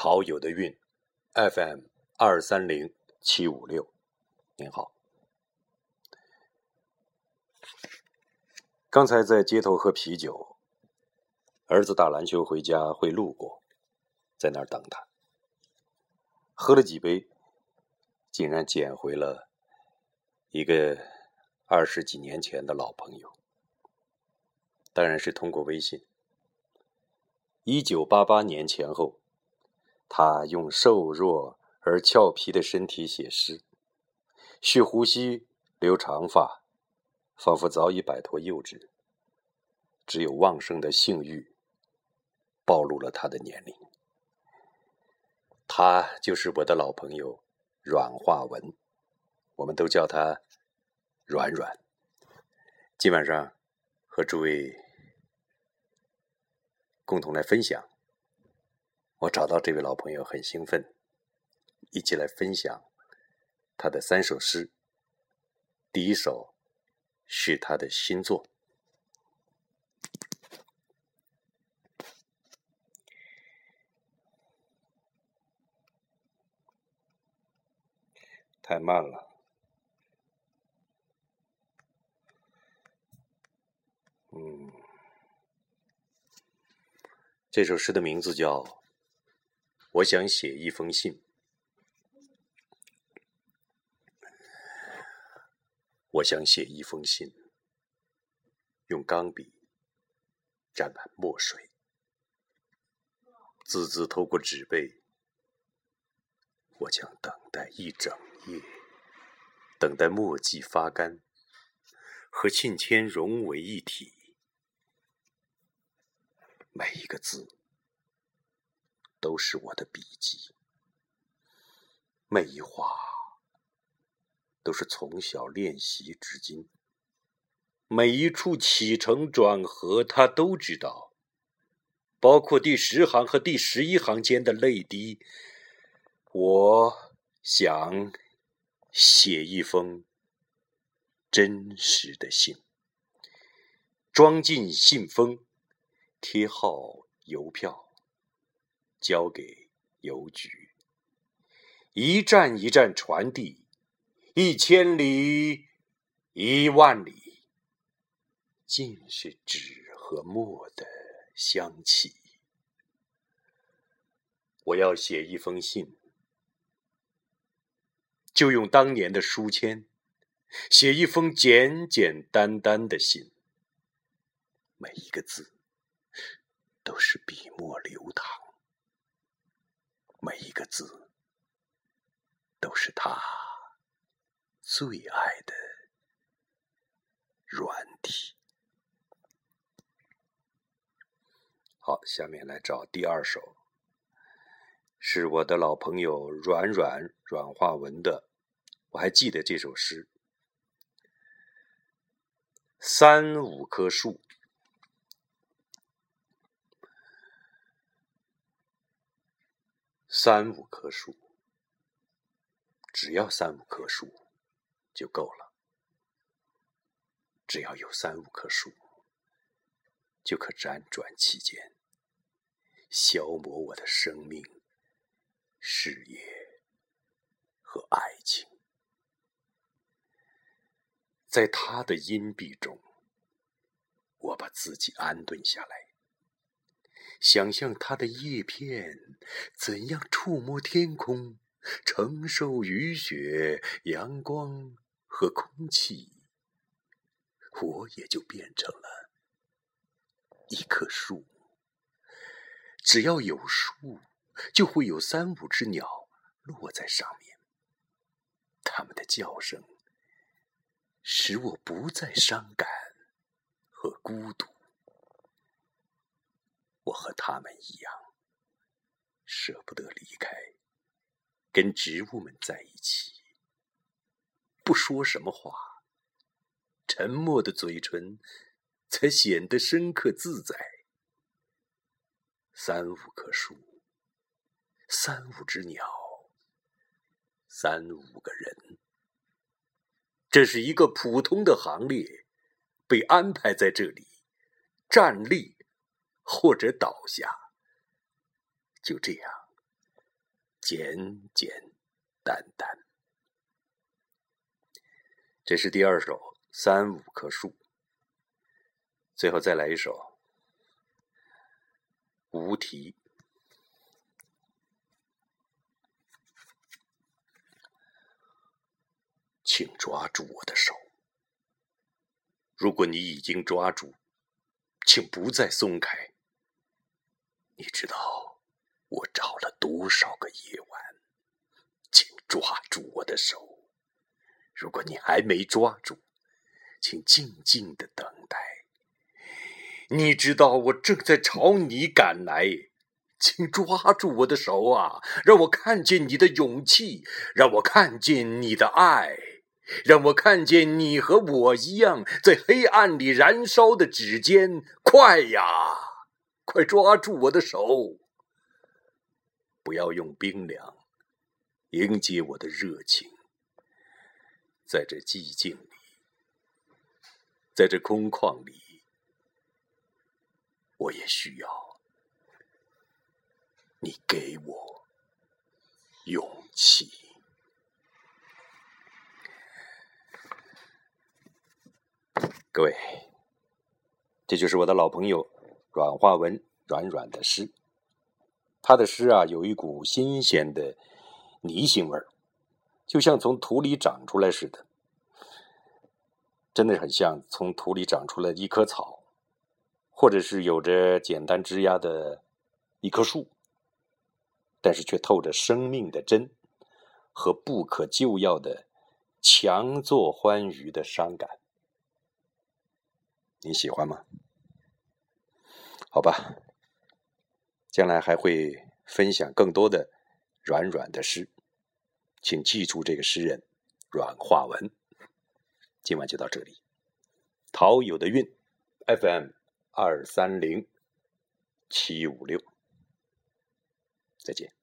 陶友的韵 FM230756。您好，刚才在街头喝啤酒，儿子打篮球回家会路过，在那儿等他。喝了几杯，竟然捡回了一个20几年前的老朋友，当然是通过微信。1988年前后，他用瘦弱而俏皮的身体写诗，蓄胡须，留长发，仿佛早已摆脱幼稚，只有旺盛的性欲暴露了他的年龄。他就是我的老朋友阮化文，我们都叫他阮阮。今晚上和诸位共同来分享，我找到这位老朋友很兴奋，一起来分享他的3首诗。第一首是他的新作，太慢了。这首诗的名字叫《我想写一封信》。我想写一封信，用钢笔沾满墨水，字字透过纸背。我将等待一整夜，等待墨迹发干，和信签融为一体。每一个字都是我的笔记，每一画都是从小练习至今，每一处起承转合他都知道，包括第10行和第11行间的泪滴。我想写一封真实的信，装进信封，贴号邮票，交给邮局，一站一站传递，1000里10000里，尽是纸和墨的香气。我要写一封信，就用当年的书签，写一封简简单单的信，每一个字都是笔墨流淌，每一个字都是他最爱的软体。好，下面来找第2首，是我的老朋友阮化文的。我还记得这首诗：3、5棵树。3、5棵树，只要3、5棵树就够了。只要有3、5棵树，就可辗转其间，消磨我的生命、事业和爱情。在他的荫蔽中，我把自己安顿下来，想象他的叶片怎样触摸天空，承受雨雪、阳光和空气。我也就变成了一棵树。只要有树，就会有3、5只鸟落在上面，它们的叫声使我不再伤感和孤独。我和他们一样，舍不得离开，跟植物们在一起，不说什么话，沉默的嘴唇才显得深刻自在。3、5棵树，3、5只鸟，3、5个人，这是一个普通的行列，被安排在这里，站立或者倒下。就这样， 简简单单。这是第二首三五棵树，最后再来一首无题。请抓住我的手，如果你已经抓住，请不再松开。你知道我找了多少个夜晚，请抓住我的手，如果你还没抓住，请静静地等待。你知道我正在朝你赶来，请抓住我的手啊，让我看见你的勇气，让我看见你的爱，让我看见你和我一样在黑暗里燃烧的指尖。快呀，快抓住我的手，不要用冰凉迎接我的热情。在这寂静里，在这空旷里，我也需要你给我勇气。各位，这就是我的老朋友阮化文软软的诗。他的诗啊，有一股新鲜的泥腥味儿，就像从土里长出来似的，真的很像从土里长出来的一棵草，或者是有着简单枝桠的一棵树，但是却透着生命的真和不可救药的强作欢愉的伤感。你喜欢吗？好吧，将来还会分享更多的软软的诗，请记住这个诗人阮化文。今晚就到这里，陶友的韵 FM230-756，再见。